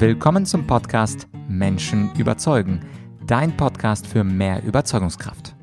Willkommen zum Podcast Menschen überzeugen, dein Podcast für mehr Überzeugungskraft.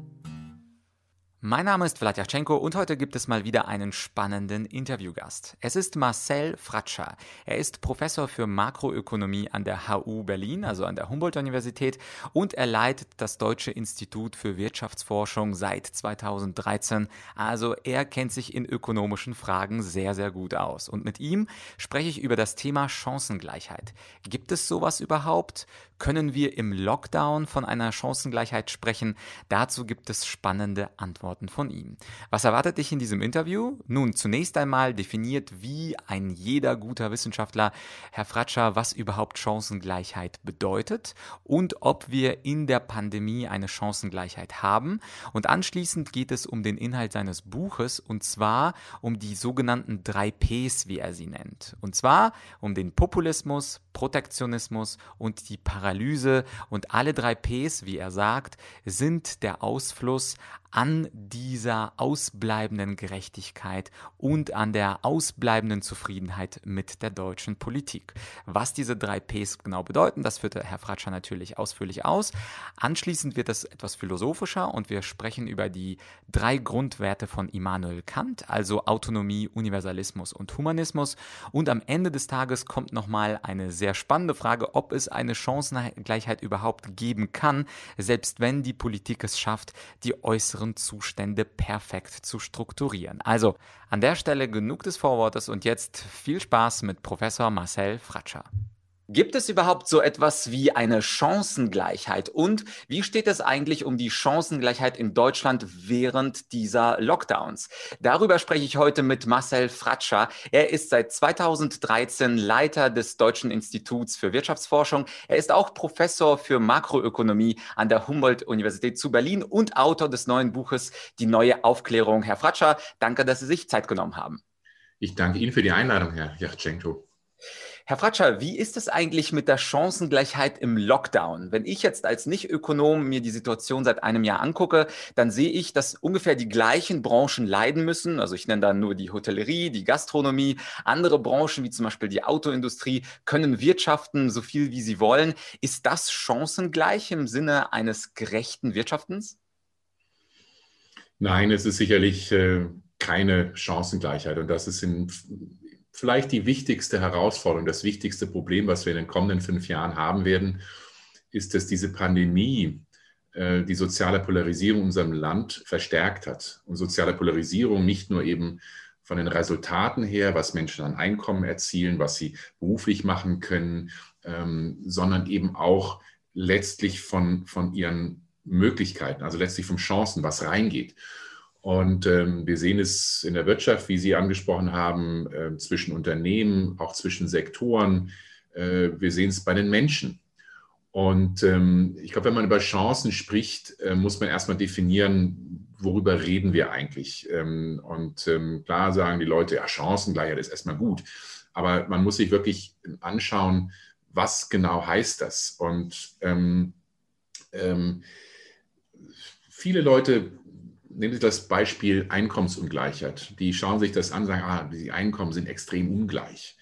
Mein Name ist Vladyachenko und heute gibt es mal wieder einen spannenden Interviewgast. Es ist Marcel Fratscher. Er ist Professor für Makroökonomie an der HU Berlin, also an der Humboldt-Universität, und er leitet das Deutsche Institut für Wirtschaftsforschung seit 2013. Also er kennt sich in ökonomischen Fragen sehr, sehr gut aus. Und mit ihm spreche ich über das Thema Chancengleichheit. Gibt es sowas überhaupt? Können wir im Lockdown von einer Chancengleichheit sprechen? Dazu gibt es spannende Antworten von ihm. Was erwartet dich in diesem Interview? Nun, zunächst einmal definiert wie ein jeder guter Wissenschaftler Herr Fratscher, was überhaupt Chancengleichheit bedeutet und ob wir in der Pandemie eine Chancengleichheit haben. Und anschließend geht es um den Inhalt seines Buches und zwar um die sogenannten 3 Ps, wie er sie nennt. Und zwar um den Populismus, Protektionismus und die Paralyse. Und alle 3 Ps, wie er sagt, sind der Ausfluss an dieser ausbleibenden Gerechtigkeit und an der ausbleibenden Zufriedenheit mit der deutschen Politik. Was diese 3 Ps genau bedeuten, das führte Herr Fratscher natürlich ausführlich aus. Anschließend wird es etwas philosophischer und wir sprechen über die 3 Grundwerte von Immanuel Kant, also Autonomie, Universalismus und Humanismus. Und am Ende des Tages kommt nochmal eine sehr spannende Frage, ob es eine Chancengleichheit überhaupt geben kann, selbst wenn die Politik es schafft, die äußeren Zustände perfekt zu strukturieren. Also an der Stelle genug des Vorwortes und jetzt viel Spaß mit Professor Marcel Fratscher. Gibt es überhaupt so etwas wie eine Chancengleichheit? Und wie steht es eigentlich um die Chancengleichheit in Deutschland während dieser Lockdowns? Darüber spreche ich heute mit Marcel Fratscher. Er ist seit 2013 Leiter des Deutschen Instituts für Wirtschaftsforschung. Er ist auch Professor für Makroökonomie an der Humboldt-Universität zu Berlin und Autor des neuen Buches Die neue Aufklärung. Herr Fratscher, danke, dass Sie sich Zeit genommen haben. Ich danke Ihnen für die Einladung, Herr Jachchenko. Herr Fratscher, wie ist es eigentlich mit der Chancengleichheit im Lockdown? Wenn ich jetzt als Nicht-Ökonom mir die Situation seit einem Jahr angucke, dann sehe ich, dass ungefähr die gleichen Branchen leiden müssen. Also ich nenne da nur die Hotellerie, die Gastronomie. Andere Branchen, wie zum Beispiel die Autoindustrie, können wirtschaften, so viel wie sie wollen. Ist das chancengleich im Sinne eines gerechten Wirtschaftens? Nein, es ist sicherlich keine Chancengleichheit. Und das ist vielleicht die wichtigste Herausforderung, das wichtigste Problem, was wir in den kommenden 5 Jahren haben werden, ist, dass diese Pandemie die soziale Polarisierung in unserem Land verstärkt hat. Und soziale Polarisierung nicht nur eben von den Resultaten her, was Menschen an Einkommen erzielen, was sie beruflich machen können, sondern eben auch letztlich von ihren Möglichkeiten, also letztlich von Chancen, was reingeht. Und wir sehen es in der Wirtschaft, wie Sie angesprochen haben, zwischen Unternehmen, auch zwischen Sektoren. Wir sehen es bei den Menschen. Und ich glaube, wenn man über Chancen spricht, muss man erstmal definieren, worüber reden wir eigentlich. Klar sagen die Leute, ja, Chancengleichheit ist erstmal gut. Aber man muss sich wirklich anschauen, was genau heißt das. Und viele Leute, nehmen Sie das Beispiel Einkommensungleichheit. Die schauen sich das an und sagen, die Einkommen sind extrem ungleich.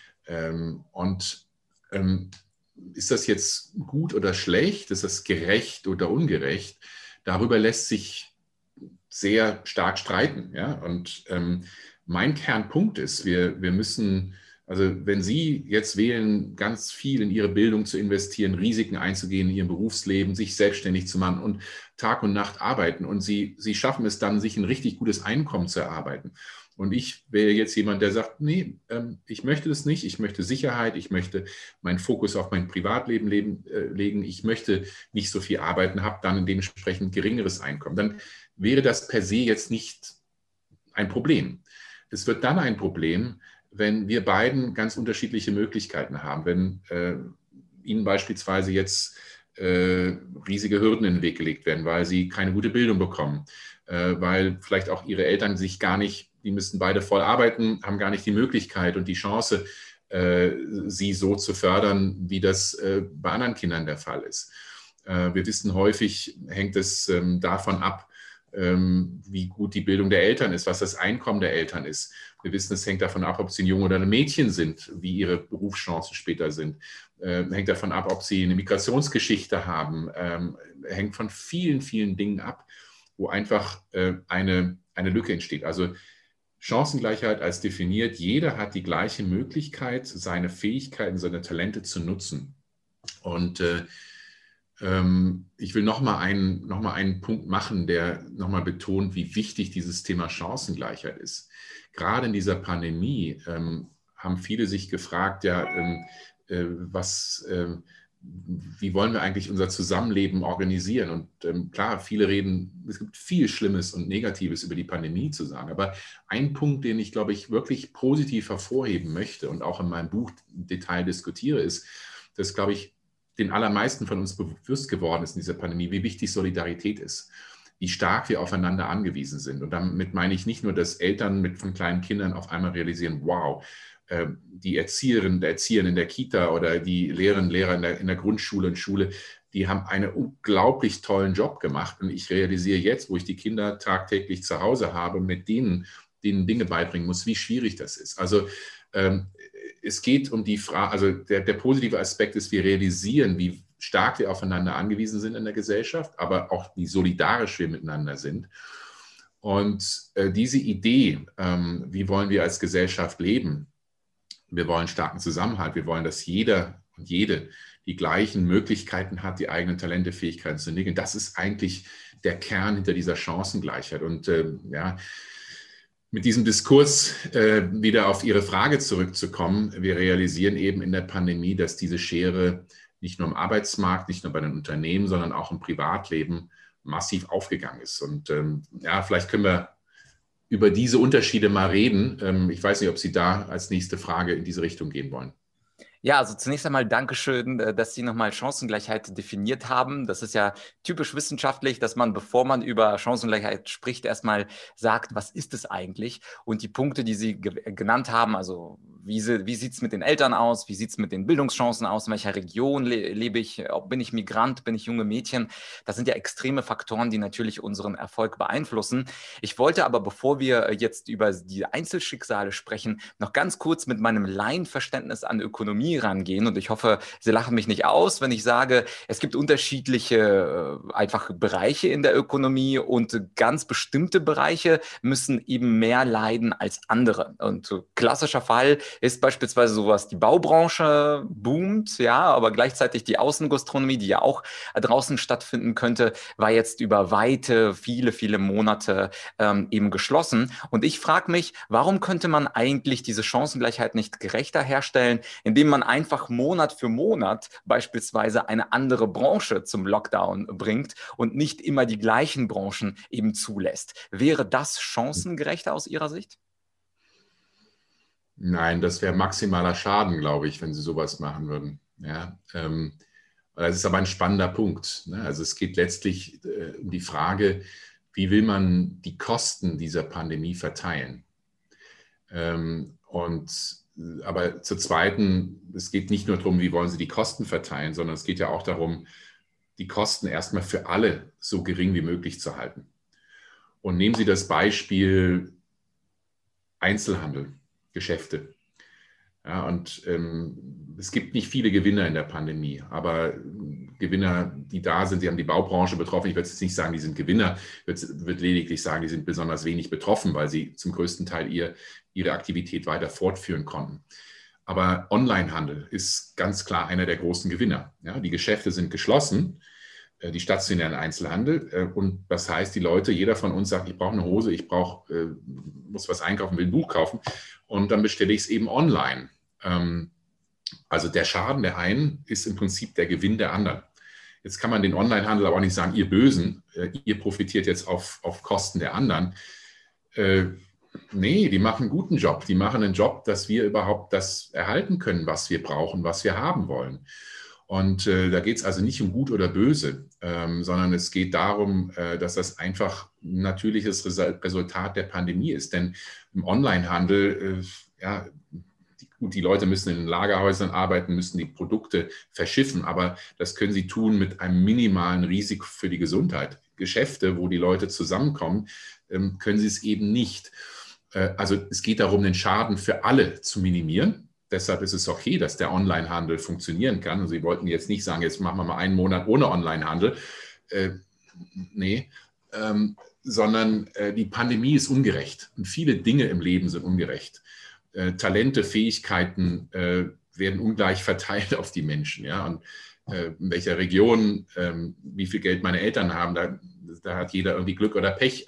Ist das jetzt gut oder schlecht? Ist das gerecht oder ungerecht? Darüber lässt sich sehr stark streiten. Ja? Und mein Kernpunkt ist, wir müssen, also wenn Sie jetzt wählen, ganz viel in Ihre Bildung zu investieren, Risiken einzugehen in Ihrem Berufsleben, sich selbstständig zu machen und Tag und Nacht arbeiten und Sie schaffen es dann, sich ein richtig gutes Einkommen zu erarbeiten. Und ich wäre jetzt jemand, der sagt, nee, ich möchte das nicht, ich möchte Sicherheit, ich möchte meinen Fokus auf mein Privatleben legen, ich möchte nicht so viel arbeiten, habe dann ein dementsprechend geringeres Einkommen. Dann wäre das per se jetzt nicht ein Problem. Es wird dann ein Problem, wenn wir beiden ganz unterschiedliche Möglichkeiten haben, wenn Ihnen beispielsweise jetzt riesige Hürden in den Weg gelegt werden, weil Sie keine gute Bildung bekommen, weil vielleicht auch Ihre Eltern sich gar nicht, die müssten beide voll arbeiten, haben gar nicht die Möglichkeit und die Chance, sie so zu fördern, wie das bei anderen Kindern der Fall ist. Wir wissen, häufig hängt es davon ab, wie gut die Bildung der Eltern ist, was das Einkommen der Eltern ist. Wir wissen, es hängt davon ab, ob sie ein Junge oder ein Mädchen sind, wie ihre Berufschancen später sind. Hängt davon ab, ob sie eine Migrationsgeschichte haben. Hängt von vielen, vielen Dingen ab, wo einfach eine Lücke entsteht. Also Chancengleichheit als definiert, jeder hat die gleiche Möglichkeit, seine Fähigkeiten, seine Talente zu nutzen. Und ich will nochmal einen Punkt machen, der nochmal betont, wie wichtig dieses Thema Chancengleichheit ist. Gerade in dieser Pandemie haben viele sich gefragt, ja, wie wollen wir eigentlich unser Zusammenleben organisieren? Und klar, viele reden, es gibt viel Schlimmes und Negatives über die Pandemie zu sagen. Aber ein Punkt, den ich, glaube ich, wirklich positiv hervorheben möchte und auch in meinem Buch im Detail diskutiere, ist, dass, glaube ich, den allermeisten von uns bewusst geworden ist in dieser Pandemie, wie wichtig Solidarität ist, wie stark wir aufeinander angewiesen sind. Und damit meine ich nicht nur, dass Eltern von kleinen Kindern auf einmal realisieren, wow, die Erzieherin, der Erzieher in der Kita oder die Lehrerinnen und Lehrer in der Grundschule und Schule, die haben einen unglaublich tollen Job gemacht. Und ich realisiere jetzt, wo ich die Kinder tagtäglich zu Hause habe, mit denen Dinge beibringen muss, wie schwierig das ist. Also es geht um die Frage, also der positive Aspekt ist, wir realisieren, wie stark wir aufeinander angewiesen sind in der Gesellschaft, aber auch wie solidarisch wir miteinander sind. Und diese Idee, wie wollen wir als Gesellschaft leben? Wir wollen starken Zusammenhalt. Wir wollen, dass jeder und jede die gleichen Möglichkeiten hat, die eigenen Talente, Fähigkeiten zu entwickeln. Das ist eigentlich der Kern hinter dieser Chancengleichheit. Und ja, mit diesem Diskurs wieder auf Ihre Frage zurückzukommen, wir realisieren eben in der Pandemie, dass diese Schere nicht nur im Arbeitsmarkt, nicht nur bei den Unternehmen, sondern auch im Privatleben massiv aufgegangen ist. Und ja, vielleicht können wir über diese Unterschiede mal reden. Ich weiß nicht, ob Sie da als nächste Frage in diese Richtung gehen wollen. Ja, also zunächst einmal Dankeschön, dass Sie nochmal Chancengleichheit definiert haben. Das ist ja typisch wissenschaftlich, dass man, bevor man über Chancengleichheit spricht, erstmal sagt, was ist es eigentlich? Und die Punkte, die Sie genannt haben, also wie sieht es mit den Eltern aus? Wie sieht es mit den Bildungschancen aus? In welcher Region lebe ich? Bin ich Migrant? Bin ich junge Mädchen? Das sind ja extreme Faktoren, die natürlich unseren Erfolg beeinflussen. Ich wollte aber, bevor wir jetzt über die Einzelschicksale sprechen, noch ganz kurz mit meinem Laienverständnis an Ökonomie rangehen. Und ich hoffe, Sie lachen mich nicht aus, wenn ich sage, es gibt unterschiedliche einfach Bereiche in der Ökonomie und ganz bestimmte Bereiche müssen eben mehr leiden als andere. Und klassischer Fall ist beispielsweise sowas, die Baubranche boomt, ja, aber gleichzeitig die Außengastronomie, die ja auch draußen stattfinden könnte, war jetzt über viele Monate eben geschlossen. Und ich frage mich, warum könnte man eigentlich diese Chancengleichheit nicht gerechter herstellen, indem man einfach Monat für Monat beispielsweise eine andere Branche zum Lockdown bringt und nicht immer die gleichen Branchen eben zulässt. Wäre das chancengerechter aus Ihrer Sicht? Nein, das wäre maximaler Schaden, glaube ich, wenn Sie sowas machen würden. Ja, das ist aber ein spannender Punkt. Ne? Also es geht letztlich um die Frage, wie will man die Kosten dieser Pandemie verteilen? Aber zur Zweiten, es geht nicht nur darum, wie wollen Sie die Kosten verteilen, sondern es geht ja auch darum, die Kosten erstmal für alle so gering wie möglich zu halten. Und nehmen Sie das Beispiel Einzelhandel, Geschäfte. Ja, und es gibt nicht viele Gewinner in der Pandemie, aber Gewinner, die da sind, die haben die Baubranche betroffen. Ich würde jetzt nicht sagen, die sind Gewinner, ich würde lediglich sagen, die sind besonders wenig betroffen, weil sie zum größten Teil ihre Aktivität weiter fortführen konnten. Aber Onlinehandel ist ganz klar einer der großen Gewinner. Ja, die Geschäfte sind geschlossen, die stationären Einzelhandel. Und das heißt, die Leute, jeder von uns sagt, ich brauche eine Hose, muss was einkaufen, will ein Buch kaufen. Und dann bestelle ich es eben online. Also der Schaden der einen ist im Prinzip der Gewinn der anderen. Jetzt kann man den Onlinehandel aber auch nicht sagen, ihr Bösen, ihr profitiert jetzt auf Kosten der anderen. Nee, die machen einen guten Job. Die machen einen Job, dass wir überhaupt das erhalten können, was wir brauchen, was wir haben wollen. Und da geht es also nicht um gut oder böse, sondern es geht darum, dass das einfach ein natürliches Resultat der Pandemie ist. Denn im Onlinehandel, die Leute müssen in den Lagerhäusern arbeiten, müssen die Produkte verschiffen, aber das können sie tun mit einem minimalen Risiko für die Gesundheit. Geschäfte, wo die Leute zusammenkommen, können sie es eben nicht. Also es geht darum, den Schaden für alle zu minimieren. Deshalb ist es okay, dass der Onlinehandel funktionieren kann. Und Sie wollten jetzt nicht sagen, jetzt machen wir mal einen Monat ohne Onlinehandel. Nee, sondern die Pandemie ist ungerecht. Und viele Dinge im Leben sind ungerecht. Talente, Fähigkeiten werden ungleich verteilt auf die Menschen. Ja? Und in welcher Region, wie viel Geld meine Eltern haben, da hat jeder irgendwie Glück oder Pech.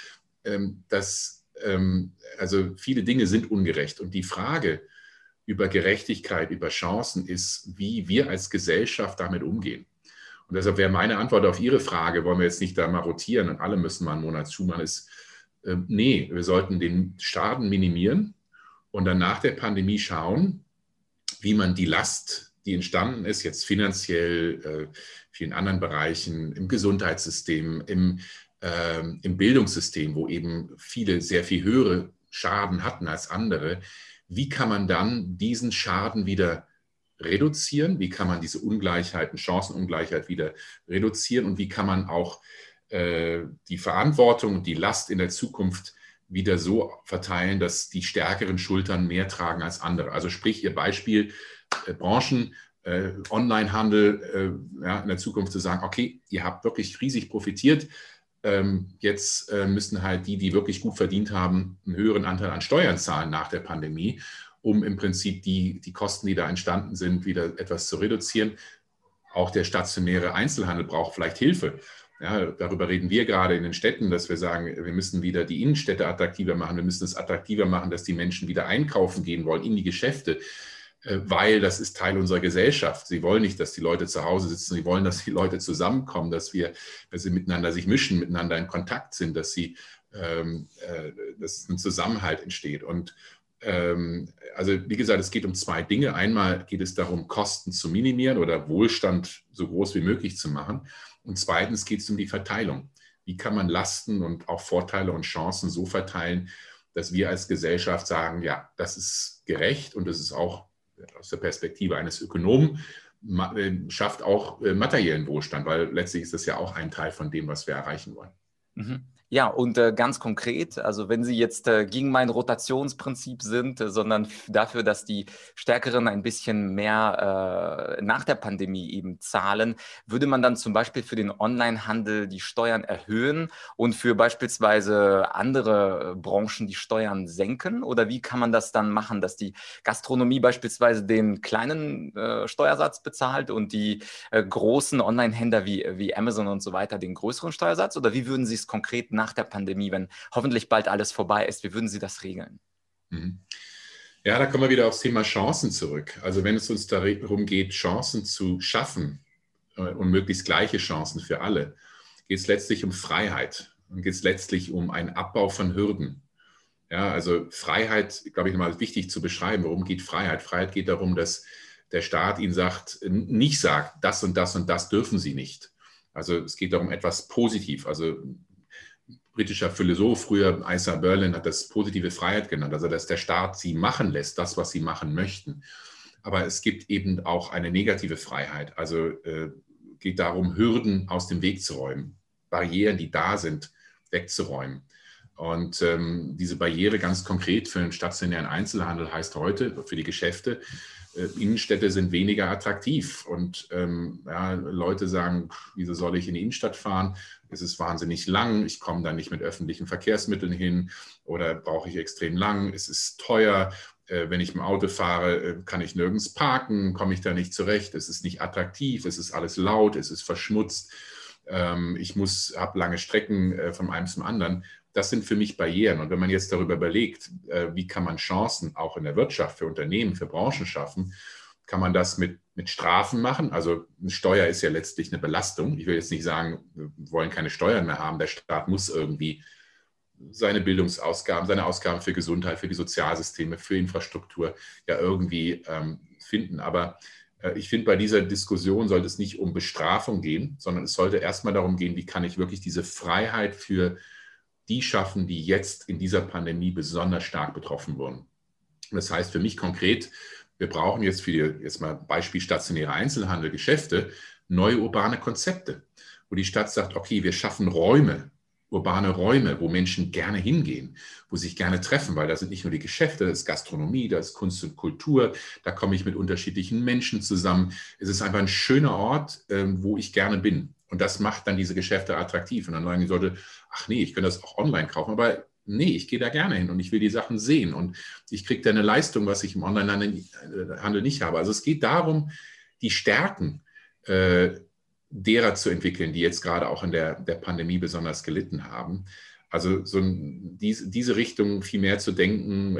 Also viele Dinge sind ungerecht. Und die Frage über Gerechtigkeit, über Chancen ist, wie wir als Gesellschaft damit umgehen. Und deshalb wäre meine Antwort auf Ihre Frage, wollen wir jetzt nicht da mal rotieren und alle müssen mal einen Monat zumachen, ist, nee, wir sollten den Schaden minimieren und dann nach der Pandemie schauen, wie man die Last, die entstanden ist, jetzt finanziell, vielen anderen Bereichen, im Gesundheitssystem, im Bildungssystem, wo eben viele sehr viel höhere Schaden hatten als andere, wie kann man dann diesen Schaden wieder reduzieren? Wie kann man diese Ungleichheiten, Chancenungleichheit wieder reduzieren? Und wie kann man auch die Verantwortung und die Last in der Zukunft wieder so verteilen, dass die stärkeren Schultern mehr tragen als andere? Also sprich, Ihr Beispiel, Branchen, Onlinehandel, in der Zukunft zu sagen, okay, ihr habt wirklich riesig profitiert. Jetzt müssen halt die wirklich gut verdient haben, einen höheren Anteil an Steuern zahlen nach der Pandemie, um im Prinzip die Kosten, die da entstanden sind, wieder etwas zu reduzieren. Auch der stationäre Einzelhandel braucht vielleicht Hilfe. Ja, darüber reden wir gerade in den Städten, dass wir sagen, wir müssen wieder die Innenstädte attraktiver machen. Wir müssen es attraktiver machen, dass die Menschen wieder einkaufen gehen wollen in die Geschäfte, weil das ist Teil unserer Gesellschaft. Sie wollen nicht, dass die Leute zu Hause sitzen. Sie wollen, dass die Leute zusammenkommen, dass sie miteinander sich mischen, miteinander in Kontakt sind, dass ein Zusammenhalt entsteht. Und also wie gesagt, es geht um zwei Dinge. Einmal geht es darum, Kosten zu minimieren oder Wohlstand so groß wie möglich zu machen. Und zweitens geht es um die Verteilung. Wie kann man Lasten und auch Vorteile und Chancen so verteilen, dass wir als Gesellschaft sagen, ja, das ist gerecht und das ist auch aus der Perspektive eines Ökonomen, schafft auch materiellen Wohlstand, weil letztlich ist das ja auch ein Teil von dem, was wir erreichen wollen. Mhm. Ja, und ganz konkret, also wenn Sie jetzt gegen mein Rotationsprinzip sind, sondern dafür, dass die Stärkeren ein bisschen mehr nach der Pandemie eben zahlen, würde man dann zum Beispiel für den Onlinehandel die Steuern erhöhen und für beispielsweise andere Branchen die Steuern senken? Oder wie kann man das dann machen, dass die Gastronomie beispielsweise den kleinen Steuersatz bezahlt und die großen Online-Händler wie Amazon und so weiter den größeren Steuersatz? Oder wie würden Sie es konkret nach der Pandemie, wenn hoffentlich bald alles vorbei ist, wie würden Sie das regeln? Ja, da kommen wir wieder aufs Thema Chancen zurück. Also wenn es uns darum geht, Chancen zu schaffen und möglichst gleiche Chancen für alle, geht es letztlich um Freiheit und geht es letztlich um einen Abbau von Hürden. Ja, also Freiheit, glaube ich, nochmal wichtig zu beschreiben. Worum geht Freiheit? Freiheit geht darum, dass der Staat Ihnen nicht sagt, das und das und das dürfen Sie nicht. Also es geht darum, etwas positiv. Also britischer Philosoph, früher Isaiah Berlin, hat das positive Freiheit genannt, also dass der Staat sie machen lässt, das, was sie machen möchten. Aber es gibt eben auch eine negative Freiheit, also geht darum, Hürden aus dem Weg zu räumen, Barrieren, die da sind, wegzuräumen. Und diese Barriere ganz konkret für den stationären Einzelhandel heißt heute, für die Geschäfte, Innenstädte sind weniger attraktiv und Leute sagen, wieso soll ich in die Innenstadt fahren? Es ist wahnsinnig lang, ich komme da nicht mit öffentlichen Verkehrsmitteln hin oder brauche ich extrem lang, es ist teuer, wenn ich im Auto fahre, kann ich nirgends parken, komme ich da nicht zurecht, es ist nicht attraktiv, es ist alles laut, es ist verschmutzt, ich habe lange Strecken von einem zum anderen. Das sind für mich Barrieren. Und wenn man jetzt darüber überlegt, wie kann man Chancen auch in der Wirtschaft, für Unternehmen, für Branchen schaffen, kann man das mit Strafen machen. Also eine Steuer ist ja letztlich eine Belastung. Ich will jetzt nicht sagen, wir wollen keine Steuern mehr haben. Der Staat muss irgendwie seine Bildungsausgaben, seine Ausgaben für Gesundheit, für die Sozialsysteme, für Infrastruktur ja irgendwie finden. Aber ich finde, bei dieser Diskussion sollte es nicht um Bestrafung gehen, sondern es sollte erstmal darum gehen, wie kann ich wirklich diese Freiheit für die schaffen, die jetzt in dieser Pandemie besonders stark betroffen wurden. Und das heißt für mich konkret, wir brauchen jetzt jetzt mal Beispiel stationäre Einzelhandel, Geschäfte, neue urbane Konzepte, wo die Stadt sagt, okay, wir schaffen Räume, urbane Räume, wo Menschen gerne hingehen, wo sie sich gerne treffen, weil da sind nicht nur die Geschäfte, das ist Gastronomie, da ist Kunst und Kultur, da komme ich mit unterschiedlichen Menschen zusammen. Es ist einfach ein schöner Ort, wo ich gerne bin. Und das macht dann diese Geschäfte attraktiv. Und dann sagen die Leute, ach nee, ich könnte das auch online kaufen, aber nee, ich gehe da gerne hin und ich will die Sachen sehen und ich kriege da eine Leistung, was ich im Onlinehandel nicht habe. Also es geht darum, die Stärken derer zu entwickeln, die jetzt gerade auch in der Pandemie besonders gelitten haben. Also diese Richtung viel mehr zu denken,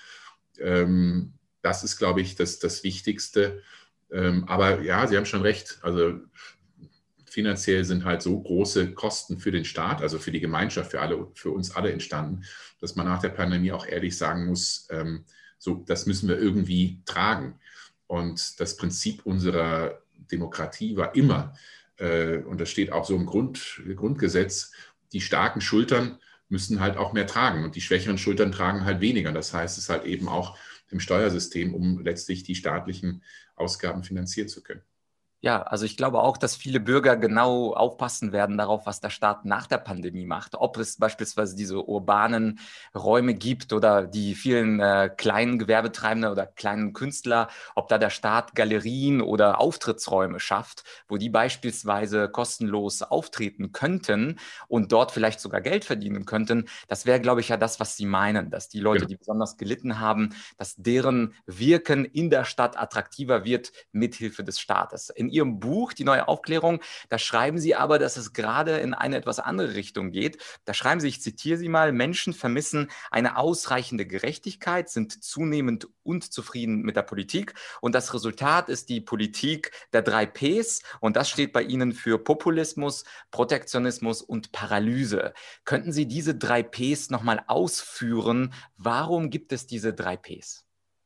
das ist, glaube ich, das Wichtigste. Aber ja, Sie haben schon recht. Also finanziell sind halt so große Kosten für den Staat, also für die Gemeinschaft, für uns alle entstanden, dass man nach der Pandemie auch ehrlich sagen muss, so, das müssen wir irgendwie tragen. Und das Prinzip unserer Demokratie war immer, und das steht auch so im Grundgesetz, die starken Schultern müssen halt auch mehr tragen und die schwächeren Schultern tragen halt weniger. Das heißt, es ist halt eben auch im Steuersystem, um letztlich die staatlichen Ausgaben finanzieren zu können. Ja, also ich glaube auch, dass viele Bürger genau aufpassen werden darauf, was der Staat nach der Pandemie macht. Ob es beispielsweise diese urbanen Räume gibt oder die vielen kleinen Gewerbetreibende oder kleinen Künstler, ob da der Staat Galerien oder Auftrittsräume schafft, wo die beispielsweise kostenlos auftreten könnten und dort vielleicht sogar Geld verdienen könnten. Das wäre, glaube ich, ja das, was Sie meinen, dass die Leute, Genau. die besonders gelitten haben, dass deren Wirken in der Stadt attraktiver wird mithilfe des Staates. In Ihrem Buch, Die neue Aufklärung, da schreiben Sie aber, dass es gerade in eine etwas andere Richtung geht. Da schreiben Sie, ich zitiere Sie mal, Menschen vermissen eine ausreichende Gerechtigkeit, sind zunehmend unzufrieden mit der Politik und das Resultat ist die Politik der 3 Ps und das steht bei Ihnen für Populismus, Protektionismus und Paralyse. Könnten Sie diese 3 Ps nochmal ausführen? Warum gibt es diese 3 Ps?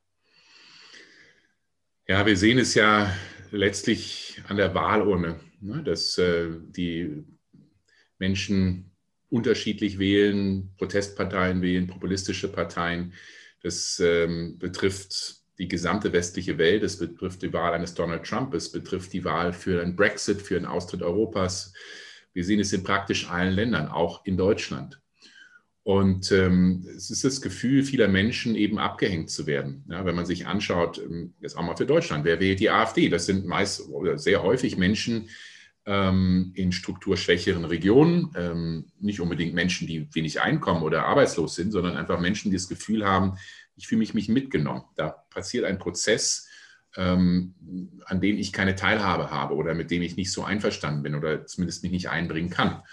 Ja, wir sehen es ja letztlich an der Wahlurne, ne, dass die Menschen unterschiedlich wählen, Protestparteien wählen, populistische Parteien. Das betrifft die gesamte westliche Welt. Es betrifft die Wahl eines Donald Trump. Es betrifft die Wahl für einen Brexit, für einen Austritt Europas. Wir sehen es in praktisch allen Ländern, auch in Deutschland. Und es ist das Gefühl vieler Menschen, eben abgehängt zu werden. Ja, wenn man sich anschaut, jetzt auch mal für Deutschland, wer wählt die AfD? Das sind meist oder sehr häufig Menschen in strukturschwächeren Regionen, nicht unbedingt Menschen, die wenig Einkommen oder arbeitslos sind, sondern einfach Menschen, die das Gefühl haben, ich fühle mich mitgenommen. Da passiert ein Prozess, an dem ich keine Teilhabe habe oder mit dem ich nicht so einverstanden bin oder zumindest mich nicht einbringen kann.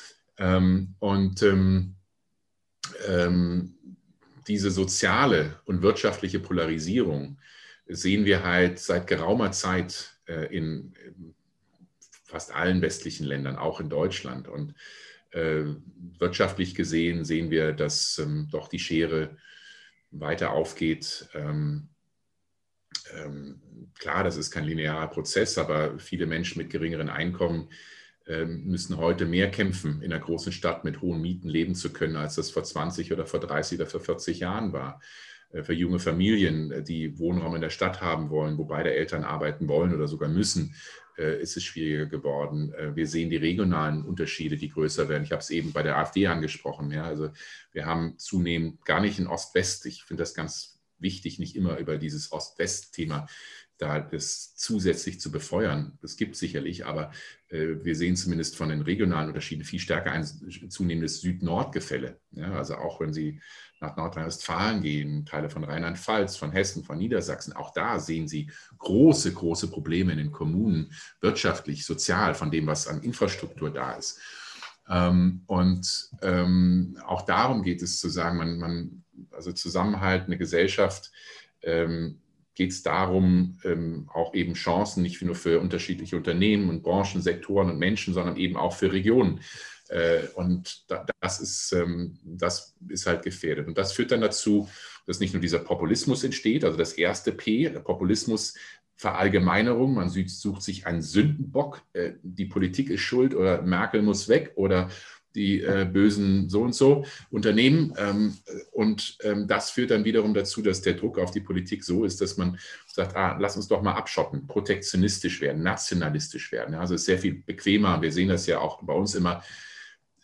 Diese soziale und wirtschaftliche Polarisierung sehen wir halt seit geraumer Zeit in fast allen westlichen Ländern, auch in Deutschland. Und wirtschaftlich gesehen sehen wir, dass doch die Schere weiter aufgeht. Klar, das ist kein linearer Prozess, aber viele Menschen mit geringeren Einkommen müssen heute mehr kämpfen, in einer großen Stadt mit hohen Mieten leben zu können, als das vor 20 oder vor 30 oder vor 40 Jahren war. Für junge Familien, die Wohnraum in der Stadt haben wollen, wo beide Eltern arbeiten wollen oder sogar müssen, ist es schwieriger geworden. Wir sehen die regionalen Unterschiede, die größer werden. Ich habe es eben bei der AfD angesprochen. Ja, also wir haben zunehmend gar nicht in Ost-West. Ich finde das ganz wichtig, nicht immer über dieses Ost-West-Thema da das zusätzlich zu befeuern. Das gibt es sicherlich, aber wir sehen zumindest von den regionalen Unterschieden viel stärker ein zunehmendes Süd-Nord-Gefälle. Ja, also auch wenn Sie nach Nordrhein-Westfalen gehen, Teile von Rheinland-Pfalz, von Hessen, von Niedersachsen, auch da sehen Sie große Probleme in den Kommunen, wirtschaftlich, sozial, von dem, was an Infrastruktur da ist. Auch darum geht es zu sagen, also Zusammenhalt, eine Gesellschaft, geht es darum, auch eben Chancen nicht nur für unterschiedliche Unternehmen und Branchen, Sektoren und Menschen, sondern eben auch für Regionen. Das ist halt gefährdet. Und das führt dann dazu, dass nicht nur dieser Populismus entsteht, also das erste P, der Populismus, Verallgemeinerung, man sucht sich einen Sündenbock, die Politik ist schuld oder Merkel muss weg oder die bösen so und so Unternehmen. Das führt dann wiederum dazu, dass der Druck auf die Politik so ist, dass man sagt, lass uns doch mal abschotten, protektionistisch werden, nationalistisch werden. Also es ist sehr viel bequemer. Wir sehen das ja auch bei uns immer.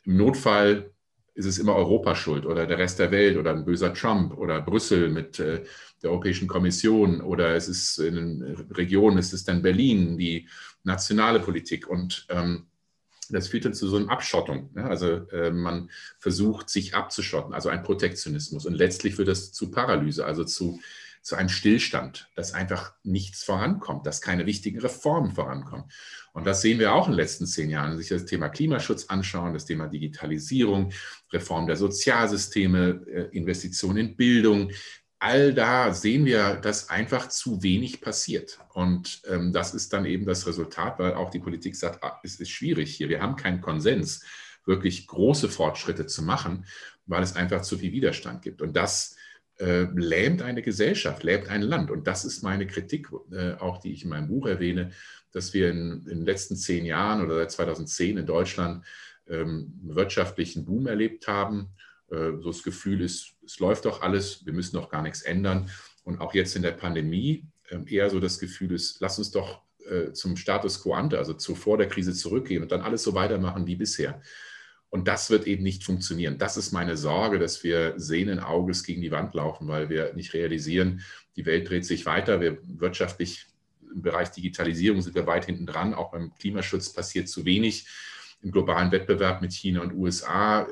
Im Notfall ist es immer Europa schuld oder der Rest der Welt oder ein böser Trump oder Brüssel mit der Europäischen Kommission oder es ist in Regionen, es ist dann Berlin, die nationale Politik und das führt dann zu so einer Abschottung. Ne? Also man versucht, sich abzuschotten, also ein Protektionismus. Und letztlich führt das zu Paralyse, also zu einem Stillstand, dass einfach nichts vorankommt, dass keine wichtigen Reformen vorankommen. Und das sehen wir auch in den letzten 10 Jahren. Wenn Sie sich das Thema Klimaschutz anschauen, das Thema Digitalisierung, Reform der Sozialsysteme, Investitionen in Bildung, all da sehen wir, dass einfach zu wenig passiert. Und das ist dann eben das Resultat, weil auch die Politik sagt, es ist schwierig hier. Wir haben keinen Konsens, wirklich große Fortschritte zu machen, weil es einfach zu viel Widerstand gibt. Und das lähmt eine Gesellschaft, lähmt ein Land. Und das ist meine Kritik, auch die ich in meinem Buch erwähne, dass wir in den letzten 10 Jahren oder seit 2010 in Deutschland wirtschaftlichen Boom erlebt haben. So das Gefühl ist, es läuft doch alles, wir müssen doch gar nichts ändern. Und auch jetzt in der Pandemie eher so das Gefühl ist, lass uns doch zum Status quo ante, also vor der Krise zurückgehen und dann alles so weitermachen wie bisher. Und das wird eben nicht funktionieren. Das ist meine Sorge, dass wir sehenden Auges gegen die Wand laufen, weil wir nicht realisieren, die Welt dreht sich weiter. Wir wirtschaftlich im Bereich Digitalisierung sind wir weit hinten dran. Auch beim Klimaschutz passiert zu wenig. Im globalen Wettbewerb mit China und USA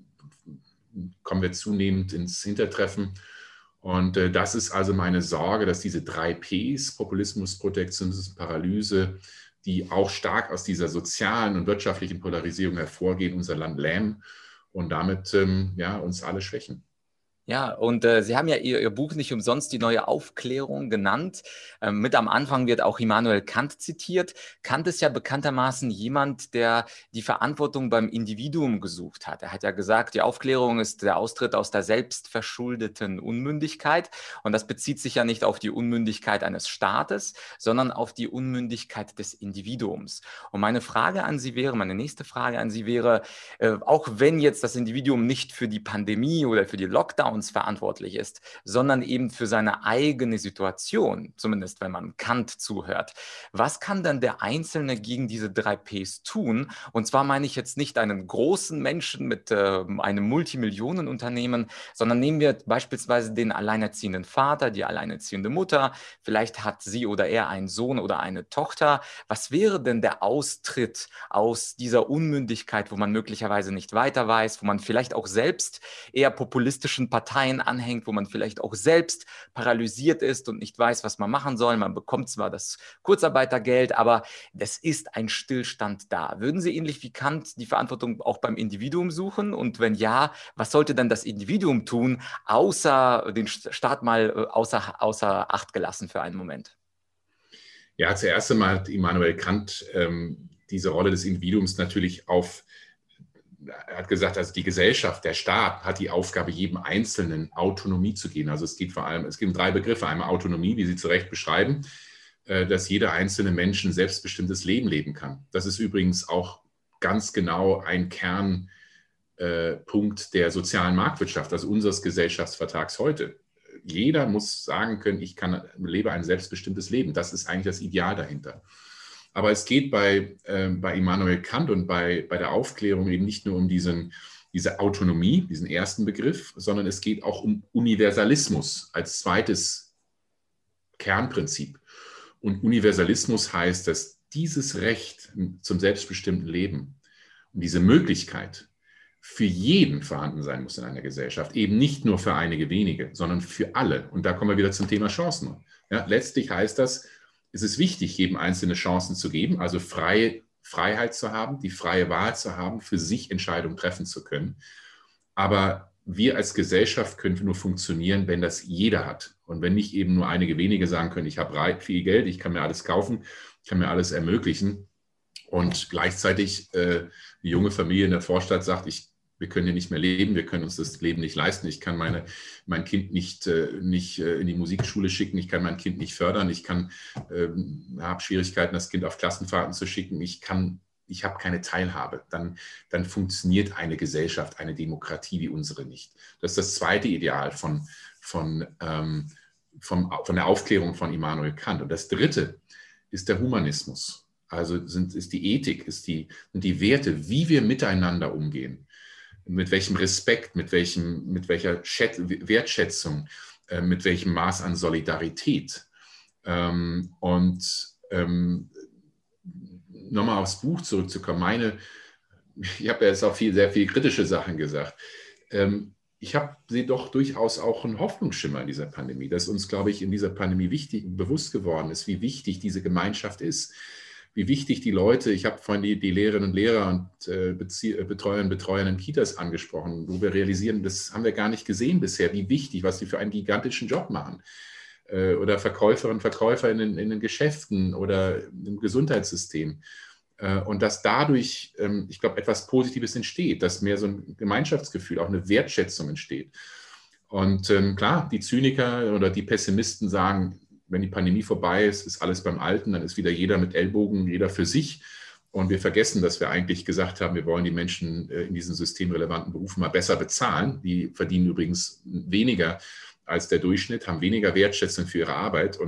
kommen wir zunehmend ins Hintertreffen. Und das ist also meine Sorge, dass diese 3 Ps, Populismus, Protektionismus, Paralyse, die auch stark aus dieser sozialen und wirtschaftlichen Polarisierung hervorgehen, unser Land lähmen und damit uns alle schwächen. Ja, und Sie haben ja Ihr Buch nicht umsonst die neue Aufklärung genannt. Mit am Anfang wird auch Immanuel Kant zitiert. Kant ist ja bekanntermaßen jemand, der die Verantwortung beim Individuum gesucht hat. Er hat ja gesagt, die Aufklärung ist der Austritt aus der selbstverschuldeten Unmündigkeit. Und das bezieht sich ja nicht auf die Unmündigkeit eines Staates, sondern auf die Unmündigkeit des Individuums. Und meine nächste Frage an Sie wäre, auch wenn jetzt das Individuum nicht für die Pandemie oder für die Lockdowns verantwortlich ist, sondern eben für seine eigene Situation, zumindest wenn man Kant zuhört. Was kann dann der Einzelne gegen diese 3 Ps tun? Und zwar meine ich jetzt nicht einen großen Menschen mit einem Multimillionenunternehmen, sondern nehmen wir beispielsweise den alleinerziehenden Vater, die alleinerziehende Mutter. Vielleicht hat sie oder er einen Sohn oder eine Tochter. Was wäre denn der Austritt aus dieser Unmündigkeit, wo man möglicherweise nicht weiter weiß, wo man vielleicht auch selbst eher populistischen Parteien anhängt, wo man vielleicht auch selbst paralysiert ist und nicht weiß, was man machen soll. Man bekommt zwar das Kurzarbeitergeld, aber es ist ein Stillstand da. Würden Sie ähnlich wie Kant die Verantwortung auch beim Individuum suchen? Und wenn ja, was sollte dann das Individuum tun, außer den Staat mal außer Acht gelassen für einen Moment? Ja, zuerst einmal hat Immanuel Kant diese Rolle des Individuums natürlich er hat gesagt, also die Gesellschaft, der Staat hat die Aufgabe, jedem Einzelnen Autonomie zu geben. Also es geht um 3 Begriffe. Einmal Autonomie, wie Sie zu Recht beschreiben, dass jeder einzelne Mensch ein selbstbestimmtes Leben leben kann. Das ist übrigens auch ganz genau ein Kernpunkt der sozialen Marktwirtschaft, also unseres Gesellschaftsvertrags heute. Jeder muss sagen können, lebe ein selbstbestimmtes Leben. Das ist eigentlich das Ideal dahinter. Aber es geht bei Immanuel Kant und bei der Aufklärung eben nicht nur um diese Autonomie, diesen ersten Begriff, sondern es geht auch um Universalismus als zweites Kernprinzip. Und Universalismus heißt, dass dieses Recht zum selbstbestimmten Leben und diese Möglichkeit für jeden vorhanden sein muss in einer Gesellschaft. Eben nicht nur für einige wenige, sondern für alle. Und da kommen wir wieder zum Thema Chancen. Ja, letztlich heißt das, es ist wichtig, jedem Einzelne Chancen zu geben, also Freiheit zu haben, die freie Wahl zu haben, für sich Entscheidungen treffen zu können. Aber wir als Gesellschaft können nur funktionieren, wenn das jeder hat. Und wenn nicht eben nur einige wenige sagen können, ich habe viel Geld, ich kann mir alles kaufen, ich kann mir alles ermöglichen. Und gleichzeitig eine junge Familie in der Vorstadt sagt, wir können hier nicht mehr leben, wir können uns das Leben nicht leisten, ich kann mein Kind nicht in die Musikschule schicken, ich kann mein Kind nicht fördern, ich habe Schwierigkeiten, das Kind auf Klassenfahrten zu schicken, ich habe keine Teilhabe. Dann funktioniert eine Gesellschaft, eine Demokratie wie unsere nicht. Das ist das zweite Ideal von der Aufklärung von Immanuel Kant. Und das dritte ist der Humanismus. Also ist die Ethik, sind die Werte, wie wir miteinander umgehen, mit welchem Respekt, mit welcher Wertschätzung, mit welchem Maß an Solidarität. Nochmal aufs Buch zurückzukommen, ich habe ja jetzt auch sehr viel kritische Sachen gesagt. Ich sehe doch durchaus auch einen Hoffnungsschimmer in dieser Pandemie, dass uns, glaube ich, in dieser Pandemie bewusst geworden ist, wie wichtig diese Gemeinschaft ist, wie wichtig die Leute, ich habe vorhin die Lehrerinnen und Lehrer und Betreuerinnen und Betreuer in Kitas angesprochen, wo wir realisieren, das haben wir gar nicht gesehen bisher, wie wichtig, was sie für einen gigantischen Job machen. Oder Verkäuferinnen und Verkäufer in den Geschäften oder im Gesundheitssystem. Und dass dadurch, ich glaube, etwas Positives entsteht, dass mehr so ein Gemeinschaftsgefühl, auch eine Wertschätzung entsteht. Und klar, die Zyniker oder die Pessimisten sagen, wenn die Pandemie vorbei ist, ist alles beim Alten, dann ist wieder jeder mit Ellbogen, jeder für sich. Und wir vergessen, dass wir eigentlich gesagt haben, wir wollen die Menschen in diesen systemrelevanten Berufen mal besser bezahlen. Die verdienen übrigens weniger als der Durchschnitt, haben weniger Wertschätzung für ihre Arbeit.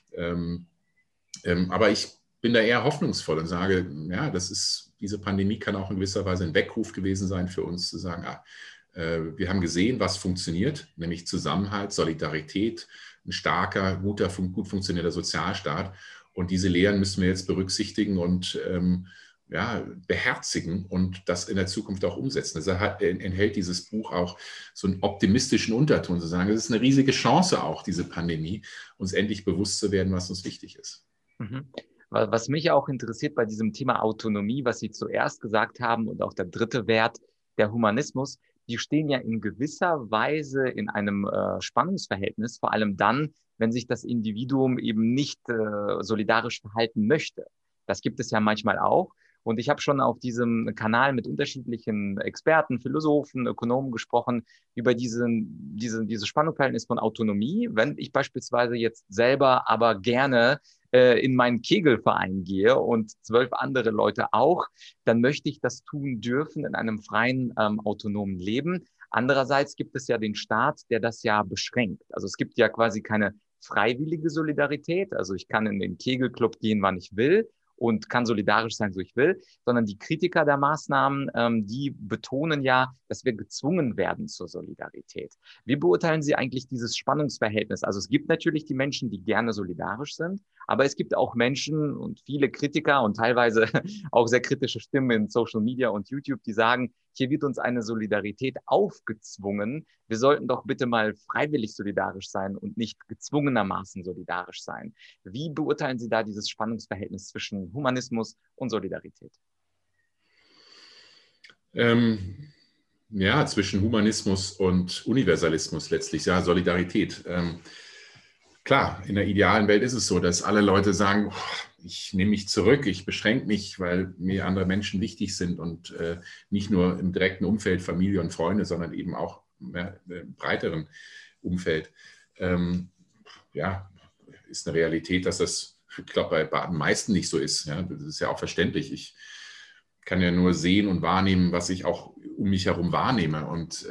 Aber ich bin da eher hoffnungsvoll und sage, ja, diese Pandemie kann auch in gewisser Weise ein Weckruf gewesen sein für uns, zu sagen, wir haben gesehen, was funktioniert, nämlich Zusammenhalt, Solidarität, ein starker, gut funktionierender Sozialstaat. Und diese Lehren müssen wir jetzt berücksichtigen und beherzigen und das in der Zukunft auch umsetzen. Deshalb enthält dieses Buch auch so einen optimistischen Unterton, zu sagen, es ist eine riesige Chance auch, diese Pandemie, uns endlich bewusst zu werden, was uns wichtig ist. Mhm. Was mich auch interessiert bei diesem Thema Autonomie, was Sie zuerst gesagt haben und auch der dritte Wert, der Humanismus, die stehen ja in gewisser Weise in einem Spannungsverhältnis, vor allem dann, wenn sich das Individuum eben nicht solidarisch verhalten möchte. Das gibt es ja manchmal auch. Und ich habe schon auf diesem Kanal mit unterschiedlichen Experten, Philosophen, Ökonomen gesprochen über dieses Spannungsverhältnis von Autonomie. Wenn ich beispielsweise jetzt selber aber gerne in meinen Kegelverein gehe und 12 andere Leute auch, dann möchte ich das tun dürfen in einem freien, autonomen Leben. Andererseits gibt es ja den Staat, der das ja beschränkt. Also es gibt ja quasi keine freiwillige Solidarität. Also ich kann in den Kegelclub gehen, wann ich will und kann solidarisch sein, so ich will, sondern die Kritiker der Maßnahmen, die betonen ja, dass wir gezwungen werden zur Solidarität. Wie beurteilen Sie eigentlich dieses Spannungsverhältnis? Also es gibt natürlich die Menschen, die gerne solidarisch sind, aber es gibt auch Menschen und viele Kritiker und teilweise auch sehr kritische Stimmen in Social Media und YouTube, die sagen, hier wird uns eine Solidarität aufgezwungen. Wir sollten doch bitte mal freiwillig solidarisch sein und nicht gezwungenermaßen solidarisch sein. Wie beurteilen Sie da dieses Spannungsverhältnis zwischen Humanismus und Solidarität? Zwischen Humanismus und Universalismus letztlich, ja, Solidarität. Klar, in der idealen Welt ist es so, dass alle Leute sagen, ich nehme mich zurück, ich beschränke mich, weil mir andere Menschen wichtig sind und nicht nur im direkten Umfeld, Familie und Freunde, sondern eben auch im breiteren Umfeld. Ist eine Realität, dass das, ich glaube, bei den meisten nicht so ist. Ja? Das ist ja auch verständlich. Ich kann ja nur sehen und wahrnehmen, was ich auch um mich herum wahrnehme. Und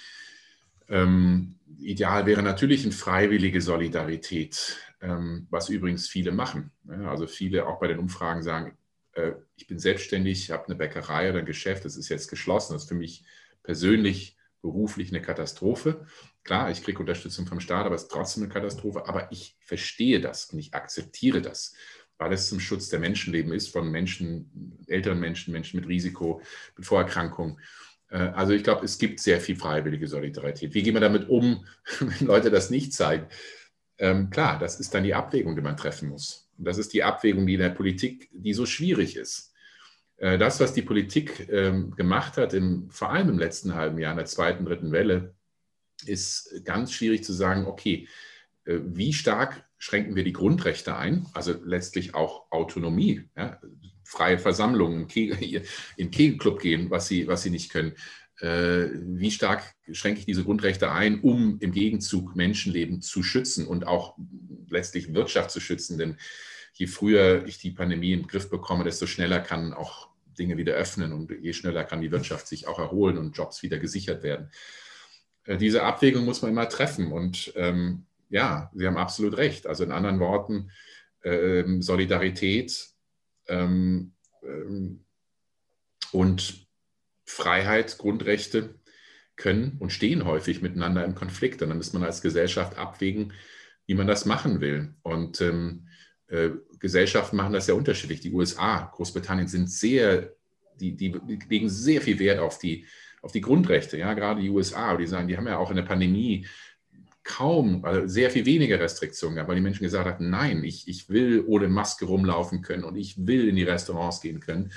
ideal wäre natürlich eine freiwillige Solidarität, was übrigens viele machen. Also viele auch bei den Umfragen sagen, ich bin selbstständig, habe eine Bäckerei oder ein Geschäft, das ist jetzt geschlossen. Das ist für mich persönlich, beruflich eine Katastrophe. Klar, ich kriege Unterstützung vom Staat, aber es ist trotzdem eine Katastrophe. Aber ich verstehe das und ich akzeptiere das, weil es zum Schutz der Menschenleben ist, von Menschen, älteren Menschen, Menschen mit Risiko, mit Vorerkrankungen. Also ich glaube, es gibt sehr viel freiwillige Solidarität. Wie gehen wir damit um, wenn Leute das nicht zeigen? Klar, das ist dann die Abwägung, die man treffen muss. Und das ist die Abwägung, die in der Politik, die so schwierig ist. Das, was die Politik gemacht hat, vor allem im letzten halben Jahr, in der zweiten, dritten Welle, ist ganz schwierig zu sagen, okay, wie stark schränken wir die Grundrechte ein, also letztlich auch Autonomie, ja? Freie Versammlungen, in Kegelclub gehen, was sie nicht können. Wie stark schränke ich diese Grundrechte ein, um im Gegenzug Menschenleben zu schützen und auch letztlich Wirtschaft zu schützen? Denn je früher ich die Pandemie in den Griff bekomme, desto schneller kann auch Dinge wieder öffnen und je schneller kann die Wirtschaft sich auch erholen und Jobs wieder gesichert werden. Diese Abwägung muss man immer treffen und Sie haben absolut recht. Also in anderen Worten, Solidarität Und Freiheit, Grundrechte können und stehen häufig miteinander im Konflikt. Und dann muss man als Gesellschaft abwägen, wie man das machen will. Und Gesellschaften machen das ja unterschiedlich. Die USA, Großbritannien die legen sehr viel Wert auf die Grundrechte. Ja, gerade die USA, die sagen, die haben ja auch in der Pandemie also sehr viel weniger Restriktionen gehabt, weil die Menschen gesagt haben, nein, ich will ohne Maske rumlaufen können und ich will in die Restaurants gehen können.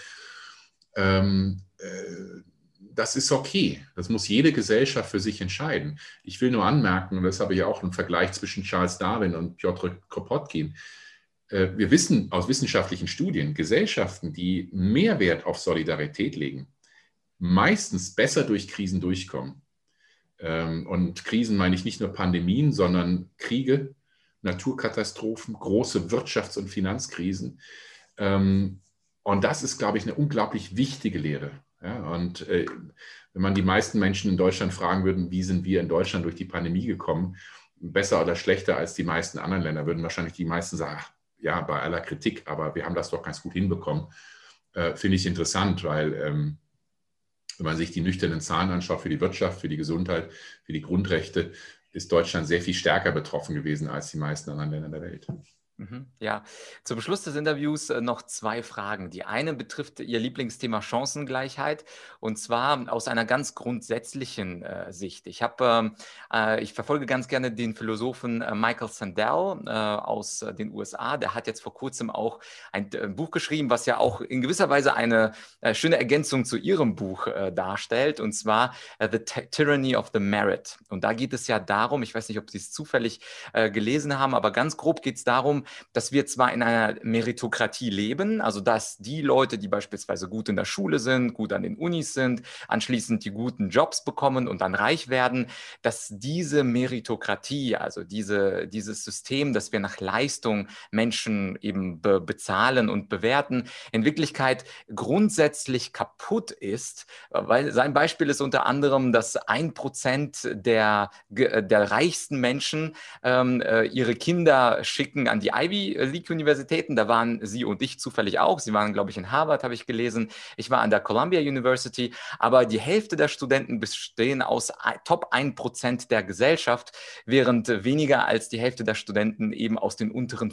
Das ist okay. Das muss jede Gesellschaft für sich entscheiden. Ich will nur anmerken, und das habe ich auch einen Vergleich zwischen Charles Darwin und Piotr Kropotkin. Wir wissen aus wissenschaftlichen Studien, Gesellschaften, die mehr Wert auf Solidarität legen, meistens besser durch Krisen durchkommen. Und Krisen meine ich nicht nur Pandemien, sondern Kriege, Naturkatastrophen, große Wirtschafts- und Finanzkrisen. Und das ist, glaube ich, eine unglaublich wichtige Lehre. Ja, und wenn man die meisten Menschen in Deutschland fragen würde, wie sind wir in Deutschland durch die Pandemie gekommen, besser oder schlechter als die meisten anderen Länder, würden wahrscheinlich die meisten sagen, ach, ja, bei aller Kritik, aber wir haben das doch ganz gut hinbekommen. Finde ich interessant, weil wenn man sich die nüchternen Zahlen anschaut für die Wirtschaft, für die Gesundheit, für die Grundrechte, ist Deutschland sehr viel stärker betroffen gewesen als die meisten anderen Länder der Welt. Ja, zum Schluss des Interviews noch 2 Fragen. Die eine betrifft Ihr Lieblingsthema Chancengleichheit und zwar aus einer ganz grundsätzlichen Sicht. Ich verfolge ganz gerne den Philosophen Michael Sandel aus den USA. Der hat jetzt vor kurzem auch ein Buch geschrieben, was ja auch in gewisser Weise eine schöne Ergänzung zu Ihrem Buch darstellt, und zwar The Tyranny of the Merit. Und da geht es ja darum, ich weiß nicht, ob Sie es zufällig gelesen haben, aber ganz grob geht es darum, dass wir zwar in einer Meritokratie leben, also dass die Leute, die beispielsweise gut in der Schule sind, gut an den Unis sind, anschließend die guten Jobs bekommen und dann reich werden, dass diese Meritokratie, also dieses System, dass wir nach Leistung Menschen eben bezahlen und bewerten, in Wirklichkeit grundsätzlich kaputt ist, weil sein Beispiel ist unter anderem, dass 1% der reichsten Menschen ihre Kinder schicken an die Ivy League Universitäten. Da waren Sie und ich zufällig auch. Sie waren, glaube ich, in Harvard, habe ich gelesen. Ich war an der Columbia University. Aber die Hälfte der Studenten bestehen aus Top 1% der Gesellschaft, während weniger als die Hälfte der Studenten eben aus den unteren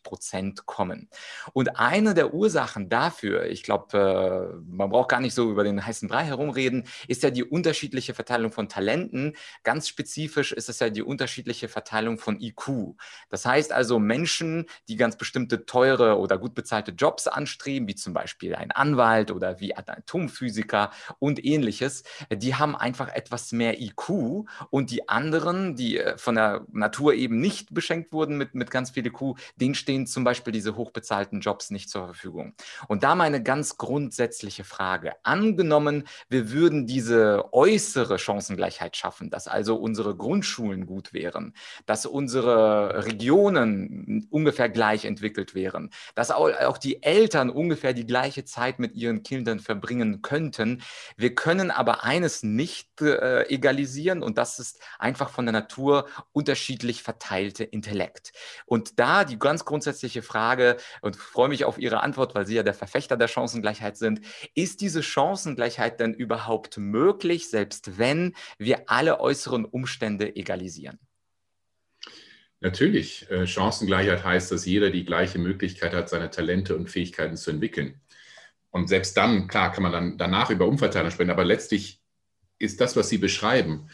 50% kommen. Und eine der Ursachen dafür, ich glaube, man braucht gar nicht so über den heißen Brei herumreden, ist ja die unterschiedliche Verteilung von Talenten. Ganz spezifisch ist es ja die unterschiedliche Verteilung von IQ. Das heißt also, Menschen, die ganz bestimmte teure oder gut bezahlte Jobs anstreben, wie zum Beispiel ein Anwalt oder wie ein Atomphysiker und ähnliches, die haben einfach etwas mehr IQ, und die anderen, die von der Natur eben nicht beschenkt wurden mit ganz viel IQ, denen stehen zum Beispiel diese hochbezahlten Jobs nicht zur Verfügung. Und da meine ganz grundsätzliche Frage: Angenommen, wir würden diese äußere Chancengleichheit schaffen, dass also unsere Grundschulen gut wären, dass unsere Regionen ungefähr gleich entwickelt wären, dass auch die Eltern ungefähr die gleiche Zeit mit ihren Kindern verbringen könnten. Wir können aber eines nicht egalisieren, und das ist einfach von der Natur unterschiedlich verteilte Intellekt. Und da die ganz grundsätzliche Frage, und ich freue mich auf Ihre Antwort, weil Sie ja der Verfechter der Chancengleichheit sind: Ist diese Chancengleichheit denn überhaupt möglich, selbst wenn wir alle äußeren Umstände egalisieren? Natürlich, Chancengleichheit heißt, dass jeder die gleiche Möglichkeit hat, seine Talente und Fähigkeiten zu entwickeln. Und selbst dann, klar, kann man dann danach über Umverteilung sprechen, aber letztlich ist das, was Sie beschreiben,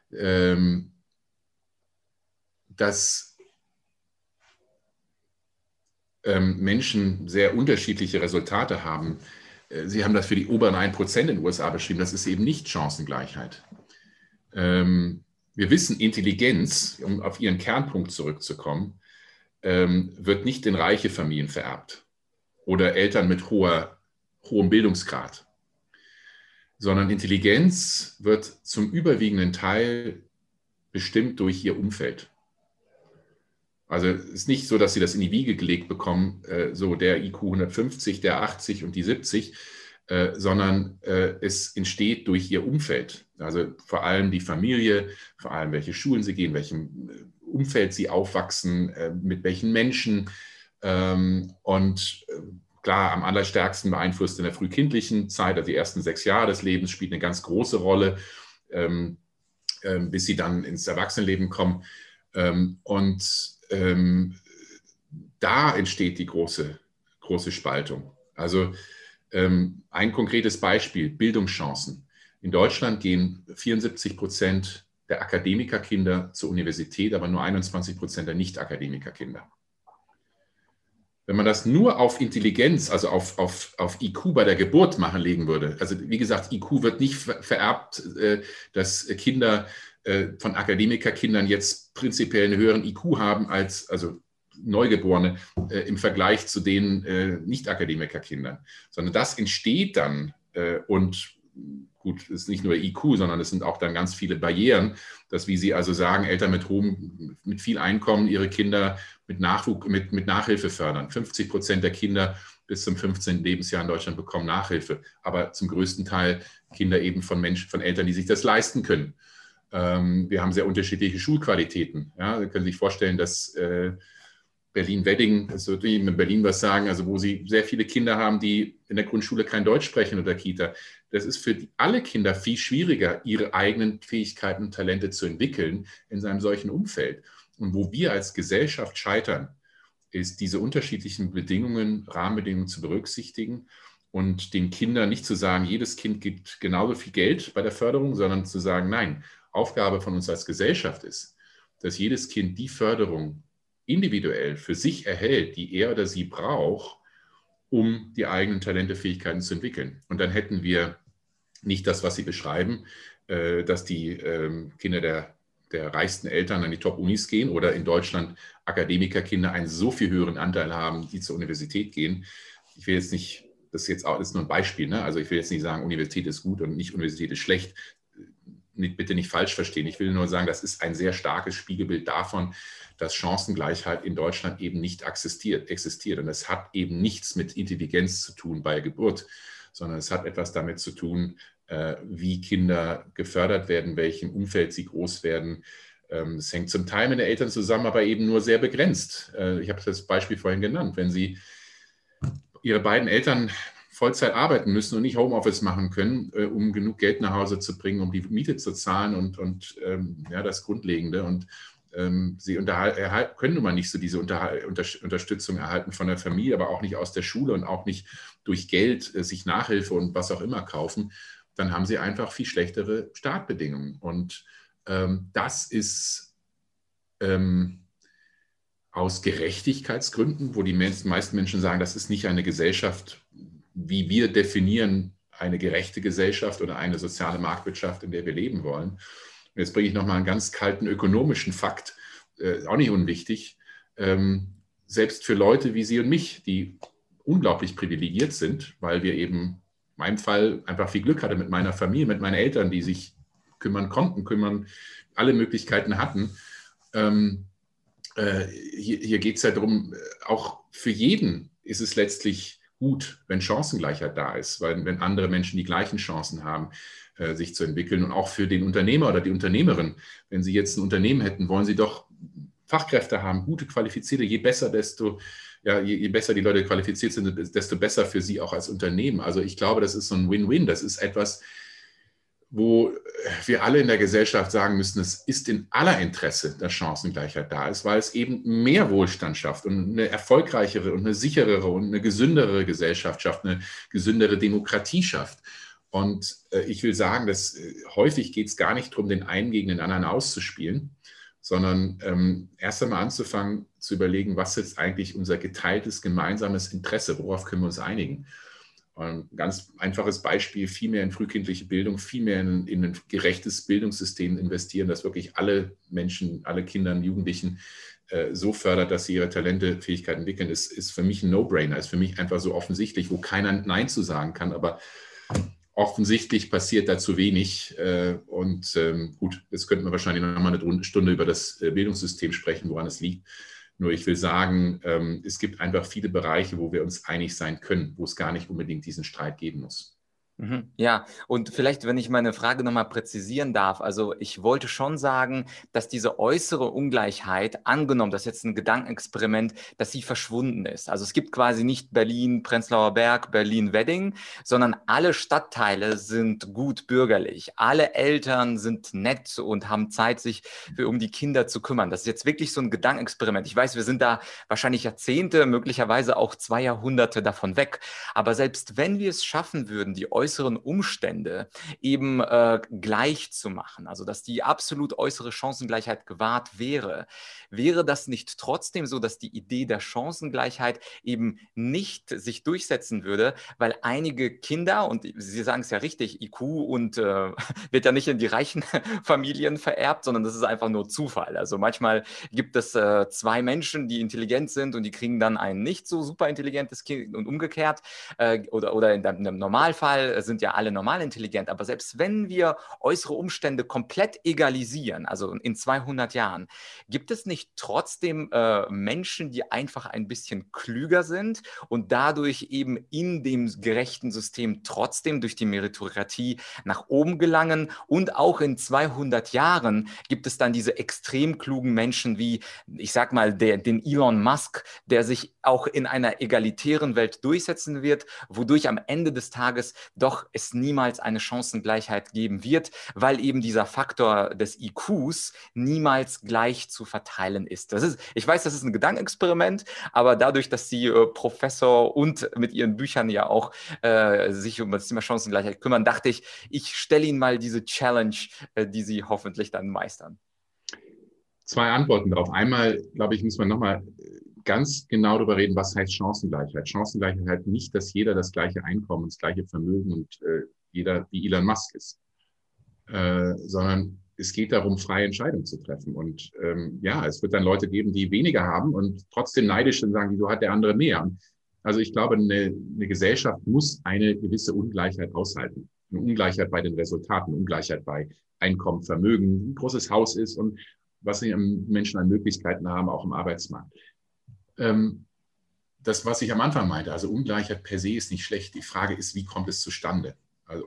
dass Menschen sehr unterschiedliche Resultate haben. Sie haben das für die oberen 1% in den USA beschrieben. Das ist eben nicht Chancengleichheit. Wir wissen, Intelligenz, um auf Ihren Kernpunkt zurückzukommen, wird nicht in reiche Familien vererbt oder Eltern mit hohem Bildungsgrad, sondern Intelligenz wird zum überwiegenden Teil bestimmt durch ihr Umfeld. Also es ist nicht so, dass sie das in die Wiege gelegt bekommen, so der IQ 150, der 80 und die 70, sondern es entsteht durch ihr Umfeld. Also vor allem die Familie, vor allem welche Schulen sie gehen, welchem Umfeld sie aufwachsen, mit welchen Menschen. Und klar am allerstärksten beeinflusst in der frühkindlichen Zeit, also die ersten 6 Jahre des Lebens spielt eine ganz große Rolle, bis sie dann ins Erwachsenenleben kommen. Da entsteht die große Spaltung. Also ein konkretes Beispiel, Bildungschancen. In Deutschland gehen 74% der Akademikerkinder zur Universität, aber nur 21% der Nicht-Akademikerkinder. Wenn man das nur auf Intelligenz, also auf IQ bei der Geburt legen würde, also wie gesagt, IQ wird nicht vererbt, dass Kinder von Akademikerkindern jetzt prinzipiell einen höheren IQ haben als Neugeborene im Vergleich zu den Nicht-Akademikerkindern, sondern das entsteht dann und gut, es ist nicht nur der IQ, sondern es sind auch dann ganz viele Barrieren, dass, wie Sie also sagen, Eltern mit viel Einkommen ihre Kinder mit Nachhilfe fördern. 50% der Kinder bis zum 15. Lebensjahr in Deutschland bekommen Nachhilfe, aber zum größten Teil Kinder eben von Eltern, die sich das leisten können. Wir haben sehr unterschiedliche Schulqualitäten. Ja, Sie können sich vorstellen, dass Berlin-Wedding, das würde ich in Berlin was sagen, also wo Sie sehr viele Kinder haben, die in der Grundschule kein Deutsch sprechen oder Kita. Das ist für alle Kinder viel schwieriger, ihre eigenen Fähigkeiten und Talente zu entwickeln in einem solchen Umfeld. Und wo wir als Gesellschaft scheitern, ist diese unterschiedlichen Bedingungen, Rahmenbedingungen zu berücksichtigen und den Kindern nicht zu sagen, jedes Kind gibt genauso viel Geld bei der Förderung, sondern zu sagen, nein, Aufgabe von uns als Gesellschaft ist, dass jedes Kind die Förderung individuell für sich erhält, die er oder sie braucht, um die eigenen Talente, Fähigkeiten zu entwickeln. Und dann hätten wir nicht das, was Sie beschreiben, dass die Kinder der reichsten Eltern an die Top-Unis gehen oder in Deutschland Akademikerkinder einen so viel höheren Anteil haben, die zur Universität gehen. Ich will jetzt nicht, das ist nur ein Beispiel, ne? Also ich will jetzt nicht sagen, Universität ist gut und nicht Universität ist schlecht. Bitte nicht falsch verstehen. Ich will nur sagen, das ist ein sehr starkes Spiegelbild davon, dass Chancengleichheit in Deutschland eben nicht existiert. Und es hat eben nichts mit Intelligenz zu tun bei Geburt, sondern es hat etwas damit zu tun, wie Kinder gefördert werden, welchem Umfeld sie groß werden. Es hängt zum Teil mit den Eltern zusammen, aber eben nur sehr begrenzt. Ich habe das Beispiel vorhin genannt. Wenn Sie Ihre beiden Eltern Vollzeit arbeiten müssen und nicht Homeoffice machen können, um genug Geld nach Hause zu bringen, um die Miete zu zahlen und das Grundlegende. Und sie können nun mal nicht so diese Unterstützung erhalten von der Familie, aber auch nicht aus der Schule und auch nicht durch Geld sich Nachhilfe und was auch immer kaufen, dann haben sie einfach viel schlechtere Startbedingungen. Und das ist aus Gerechtigkeitsgründen, wo die meisten Menschen sagen, das ist nicht eine Gesellschaft, wie wir definieren, eine gerechte Gesellschaft oder eine soziale Marktwirtschaft, in der wir leben wollen. Und jetzt bringe ich nochmal einen ganz kalten ökonomischen Fakt, auch nicht unwichtig. Selbst für Leute wie Sie und mich, die unglaublich privilegiert sind, weil wir eben in meinem Fall einfach viel Glück hatten mit meiner Familie, mit meinen Eltern, die sich kümmern konnten, alle Möglichkeiten hatten. Hier geht es ja darum, auch für jeden ist es letztlich gut, wenn Chancengleichheit da ist, weil wenn andere Menschen die gleichen Chancen haben, sich zu entwickeln und auch für den Unternehmer oder die Unternehmerin, wenn Sie jetzt ein Unternehmen hätten, wollen Sie doch Fachkräfte haben, gute, qualifizierte, je besser die Leute qualifiziert sind, desto besser für Sie auch als Unternehmen. Also ich glaube, das ist so ein Win-Win, das ist etwas, wo wir alle in der Gesellschaft sagen müssen, es ist in aller Interesse, dass Chancengleichheit da ist, weil es eben mehr Wohlstand schafft und eine erfolgreichere und eine sicherere und eine gesündere Gesellschaft schafft, eine gesündere Demokratie schafft. Und ich will sagen, dass häufig geht es gar nicht darum, den einen gegen den anderen auszuspielen, sondern erst einmal anzufangen zu überlegen, was ist eigentlich unser geteiltes gemeinsames Interesse, worauf können wir uns einigen. Ein ganz einfaches Beispiel, viel mehr in frühkindliche Bildung, viel mehr in ein gerechtes Bildungssystem investieren, das wirklich alle Menschen, alle Kinder und Jugendlichen so fördert, dass sie ihre Talente, Fähigkeiten entwickeln, ist für mich ein No-Brainer, ist für mich einfach so offensichtlich, wo keiner Nein zu sagen kann, aber offensichtlich passiert da zu wenig. Gut, jetzt könnten wir wahrscheinlich noch mal eine Stunde über das Bildungssystem sprechen, woran es liegt. Nur ich will sagen, es gibt einfach viele Bereiche, wo wir uns einig sein können, wo es gar nicht unbedingt diesen Streit geben muss. Ja, und vielleicht, wenn ich meine Frage nochmal präzisieren darf, also ich wollte schon sagen, dass diese äußere Ungleichheit, angenommen, das ist jetzt ein Gedankenexperiment, dass sie verschwunden ist. Also es gibt quasi nicht Berlin, Prenzlauer Berg, Berlin, Wedding, sondern alle Stadtteile sind gut bürgerlich. Alle Eltern sind nett und haben Zeit, sich um die Kinder zu kümmern. Das ist jetzt wirklich so ein Gedankenexperiment. Ich weiß, wir sind da wahrscheinlich Jahrzehnte, möglicherweise auch 2 Jahrhunderte davon weg. Aber selbst wenn wir es schaffen würden, die äußeren Umstände eben gleich zu machen, also dass die absolut äußere Chancengleichheit gewahrt wäre, wäre das nicht trotzdem so, dass die Idee der Chancengleichheit eben nicht sich durchsetzen würde, weil einige Kinder, und Sie sagen es ja richtig, IQ und wird ja nicht in die reichen Familien vererbt, sondern das ist einfach nur Zufall. Also manchmal gibt es 2 Menschen, die intelligent sind und die kriegen dann ein nicht so super intelligentes Kind und umgekehrt oder in einem Normalfall sind ja alle normal intelligent, aber selbst wenn wir äußere Umstände komplett egalisieren, also in 200 Jahren, gibt es nicht trotzdem Menschen, die einfach ein bisschen klüger sind und dadurch eben in dem gerechten System trotzdem durch die Meritokratie nach oben gelangen, und auch in 200 Jahren gibt es dann diese extrem klugen Menschen wie, ich sag mal, den Elon Musk, der sich auch in einer egalitären Welt durchsetzen wird, wodurch am Ende des Tages doch es niemals eine Chancengleichheit geben wird, weil eben dieser Faktor des IQs niemals gleich zu verteilen ist. Ich weiß, das ist ein Gedankenexperiment, aber dadurch, dass Sie Professor und mit Ihren Büchern ja auch sich um das Thema Chancengleichheit kümmern, dachte ich, ich stelle Ihnen mal diese Challenge, die Sie hoffentlich dann meistern. 2 Antworten darauf. Einmal, glaube ich, muss man nochmal ganz genau darüber reden, was heißt Chancengleichheit. Chancengleichheit heißt nicht, dass jeder das gleiche Einkommen, das gleiche Vermögen und jeder wie Elon Musk ist, sondern es geht darum, freie Entscheidungen zu treffen. Und ja, es wird dann Leute geben, die weniger haben und trotzdem neidisch sind und sagen, wieso hat der andere mehr? Und also ich glaube, eine Gesellschaft muss eine gewisse Ungleichheit aushalten. Eine Ungleichheit bei den Resultaten, Ungleichheit bei Einkommen, Vermögen, wie ein großes Haus ist und was die Menschen an Möglichkeiten haben, auch im Arbeitsmarkt. Das, was ich am Anfang meinte, also Ungleichheit per se ist nicht schlecht. Die Frage ist, wie kommt es zustande? Also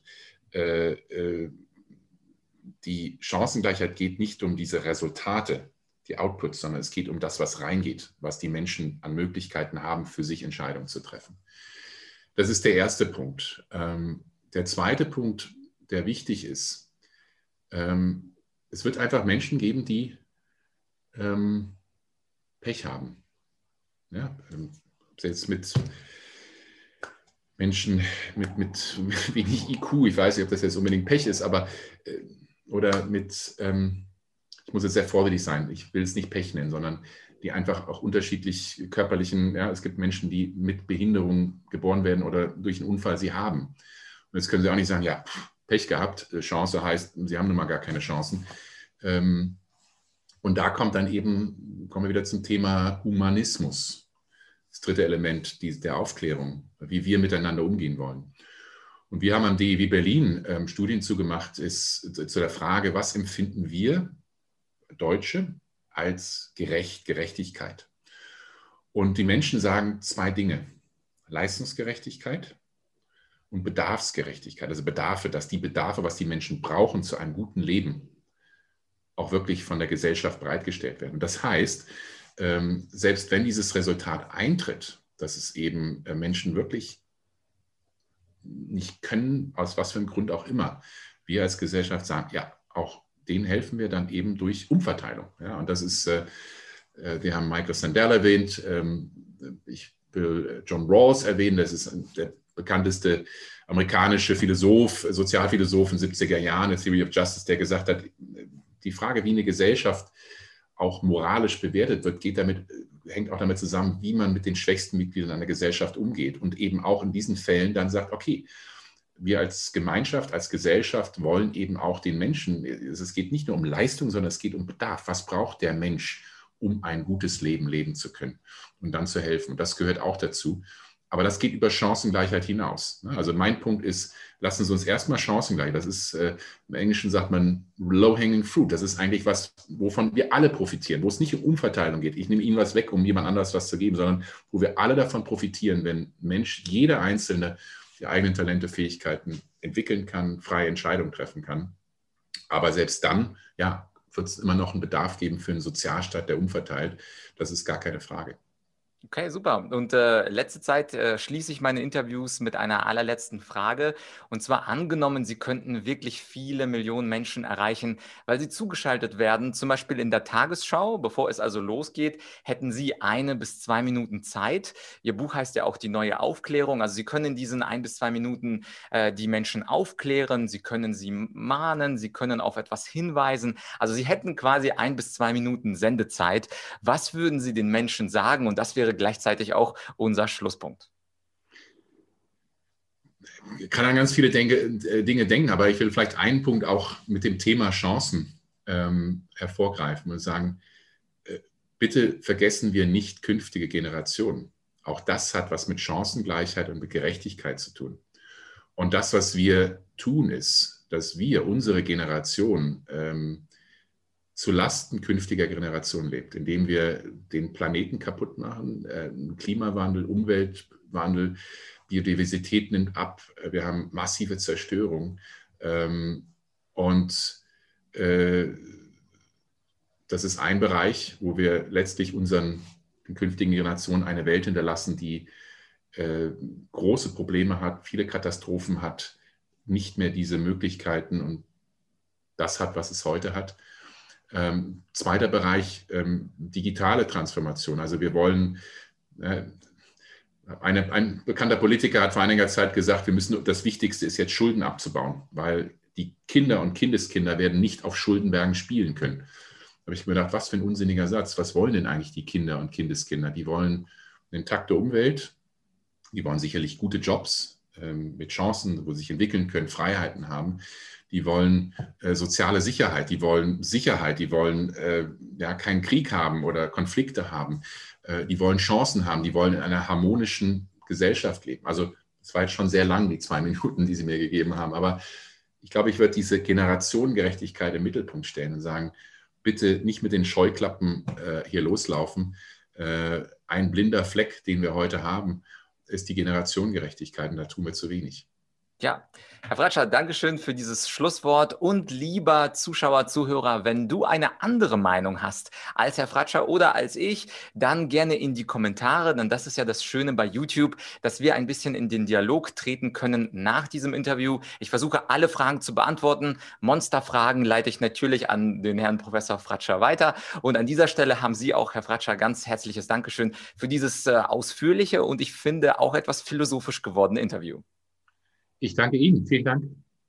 die Chancengleichheit geht nicht um diese Resultate, die Outputs, sondern es geht um das, was reingeht, was die Menschen an Möglichkeiten haben, für sich Entscheidungen zu treffen. Das ist der erste Punkt. Der zweite Punkt, der wichtig ist, es wird einfach Menschen geben, die Pech haben. Ja, jetzt mit Menschen mit wenig IQ, ich weiß nicht, ob das jetzt unbedingt Pech ist, aber oder mit, ich muss jetzt sehr vorsichtig sein, ich will es nicht Pech nennen, sondern die einfach auch unterschiedlich körperlichen, ja, es gibt Menschen, die mit Behinderung geboren werden oder durch einen Unfall sie haben. Und jetzt können sie auch nicht sagen, ja, Pech gehabt, Chance heißt, sie haben nun mal gar keine Chancen. Und da kommen wir wieder zum Thema Humanismus. Das dritte Element der Aufklärung, wie wir miteinander umgehen wollen. Und wir haben am DIW Berlin Studien zugemacht, ist zu der Frage, was empfinden wir Deutsche als Gerechtigkeit? Und die Menschen sagen 2 Dinge, Leistungsgerechtigkeit und Bedarfsgerechtigkeit, also dass die Bedarfe, was die Menschen brauchen zu einem guten Leben, auch wirklich von der Gesellschaft bereitgestellt werden. Und das heißt, selbst wenn dieses Resultat eintritt, dass es eben Menschen wirklich nicht können, aus was für einem Grund auch immer, wir als Gesellschaft sagen, ja, auch denen helfen wir dann eben durch Umverteilung. Ja, und das ist, wir haben Michael Sandel erwähnt, ich will John Rawls erwähnen, das ist der bekannteste amerikanische Philosoph, Sozialphilosoph in den 70er Jahren, der Theory of Justice, der gesagt hat, die Frage, wie eine Gesellschaft auch moralisch bewertet wird, hängt auch damit zusammen, wie man mit den schwächsten Mitgliedern einer Gesellschaft umgeht und eben auch in diesen Fällen dann sagt, okay, wir als Gemeinschaft, als Gesellschaft wollen eben auch den Menschen, es geht nicht nur um Leistung, sondern es geht um Bedarf. Was braucht der Mensch, um ein gutes Leben leben zu können und dann zu helfen? Und das gehört auch dazu. Aber das geht über Chancengleichheit hinaus. Also mein Punkt ist, lassen Sie uns erstmal Chancengleichheit. Das ist, im Englischen sagt man low-hanging fruit. Das ist eigentlich was, wovon wir alle profitieren, wo es nicht um Umverteilung geht. Ich nehme Ihnen was weg, um jemand anderes was zu geben, sondern wo wir alle davon profitieren, wenn jeder Einzelne die eigenen Talente, Fähigkeiten entwickeln kann, freie Entscheidungen treffen kann. Aber selbst dann, ja, wird es immer noch einen Bedarf geben für einen Sozialstaat, der umverteilt. Das ist gar keine Frage. Okay, super. Und letzte Zeit schließe ich meine Interviews mit einer allerletzten Frage. Und zwar angenommen, Sie könnten wirklich viele Millionen Menschen erreichen, weil Sie zugeschaltet werden, zum Beispiel in der Tagesschau. Bevor es also losgeht, hätten Sie 1 bis 2 Minuten Zeit. Ihr Buch heißt ja auch Die neue Aufklärung. Also Sie können in diesen 1 bis 2 Minuten die Menschen aufklären. Sie können sie mahnen. Sie können auf etwas hinweisen. Also Sie hätten quasi 1 bis 2 Minuten Sendezeit. Was würden Sie den Menschen sagen? Und das wäre gleichzeitig auch unser Schlusspunkt. Ich kann an ganz viele Dinge denken, aber ich will vielleicht einen Punkt auch mit dem Thema Chancen hervorgreifen und sagen, bitte vergessen wir nicht künftige Generationen. Auch das hat was mit Chancengleichheit und mit Gerechtigkeit zu tun. Und das, was wir tun, ist, dass wir, unsere Generation, zu Lasten künftiger Generationen lebt, indem wir den Planeten kaputt machen, Klimawandel, Umweltwandel, Biodiversität nimmt ab, wir haben massive Zerstörung und das ist ein Bereich, wo wir letztlich den künftigen Generationen eine Welt hinterlassen, die große Probleme hat, viele Katastrophen hat, nicht mehr diese Möglichkeiten und das hat, was es heute hat. Zweiter Bereich, digitale Transformation. Also wir wollen, ein bekannter Politiker hat vor einiger Zeit gesagt, das Wichtigste ist jetzt Schulden abzubauen, weil die Kinder und Kindeskinder werden nicht auf Schuldenbergen spielen können. Da habe ich mir gedacht, was für ein unsinniger Satz. Was wollen denn eigentlich die Kinder und Kindeskinder? Die wollen eine intakte Umwelt, die wollen sicherlich gute Jobs mit Chancen, wo sie sich entwickeln können, Freiheiten haben. Die wollen soziale Sicherheit, die wollen keinen Krieg haben oder Konflikte haben. Die wollen Chancen haben, die wollen in einer harmonischen Gesellschaft leben. Also es war jetzt schon sehr lang, die 2 Minuten, die Sie mir gegeben haben. Aber ich glaube, ich würde diese Generationengerechtigkeit im Mittelpunkt stellen und sagen, bitte nicht mit den Scheuklappen hier loslaufen. Ein blinder Fleck, den wir heute haben, ist die Generationengerechtigkeit und da tun wir zu wenig. Ja, Herr Fratscher, Dankeschön für dieses Schlusswort und lieber Zuschauer, Zuhörer, wenn du eine andere Meinung hast als Herr Fratscher oder als ich, dann gerne in die Kommentare, denn das ist ja das Schöne bei YouTube, dass wir ein bisschen in den Dialog treten können nach diesem Interview. Ich versuche alle Fragen zu beantworten. Monsterfragen leite ich natürlich an den Herrn Professor Fratscher weiter und an dieser Stelle haben Sie auch, Herr Fratscher, ganz herzliches Dankeschön für dieses ausführliche und ich finde auch etwas philosophisch gewordene Interview. Ich danke Ihnen. Vielen Dank.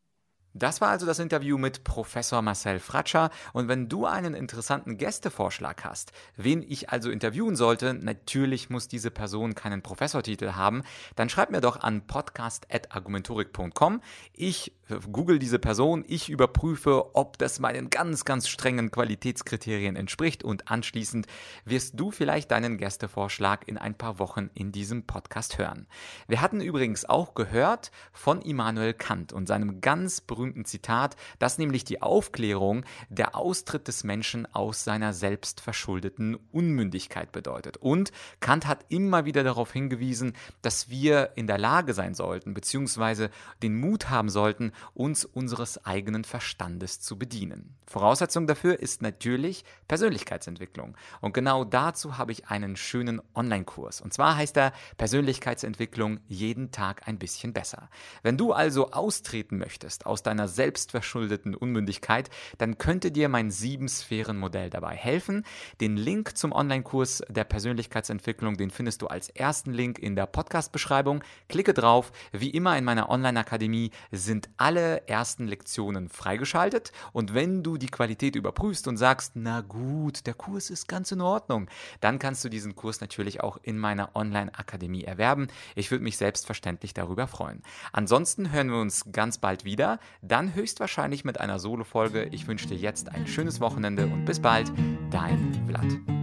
Das war also das Interview mit Professor Marcel Fratscher und wenn du einen interessanten Gästevorschlag hast, wen ich also interviewen sollte, natürlich muss diese Person keinen Professortitel haben, dann schreib mir doch an podcast@argumentorik.com. Ich google diese Person, ich überprüfe, ob das meinen ganz, ganz strengen Qualitätskriterien entspricht und anschließend wirst du vielleicht deinen Gästevorschlag in ein paar Wochen in diesem Podcast hören. Wir hatten übrigens auch gehört von Immanuel Kant und seinem ganz berühmten Zitat, dass nämlich die Aufklärung der Austritt des Menschen aus seiner selbstverschuldeten Unmündigkeit bedeutet. Und Kant hat immer wieder darauf hingewiesen, dass wir in der Lage sein sollten, beziehungsweise den Mut haben sollten, uns unseres eigenen Verstandes zu bedienen. Voraussetzung dafür ist natürlich Persönlichkeitsentwicklung. Und genau dazu habe ich einen schönen Online-Kurs. Und zwar heißt er Persönlichkeitsentwicklung jeden Tag ein bisschen besser. Wenn du also austreten möchtest aus deiner selbstverschuldeten Unmündigkeit, dann könnte dir mein 7-Sphären-Modell dabei helfen. Den Link zum Online-Kurs der Persönlichkeitsentwicklung, den findest du als ersten Link in der Podcast-Beschreibung. Klicke drauf. Wie immer in meiner Online-Akademie sind alle ersten Lektionen freigeschaltet und wenn du die Qualität überprüfst und sagst, na gut, der Kurs ist ganz in Ordnung, dann kannst du diesen Kurs natürlich auch in meiner Online-Akademie erwerben. Ich würde mich selbstverständlich darüber freuen. Ansonsten hören wir uns ganz bald wieder, dann höchstwahrscheinlich mit einer Solo-Folge. Ich wünsche dir jetzt ein schönes Wochenende und bis bald, dein Vlad.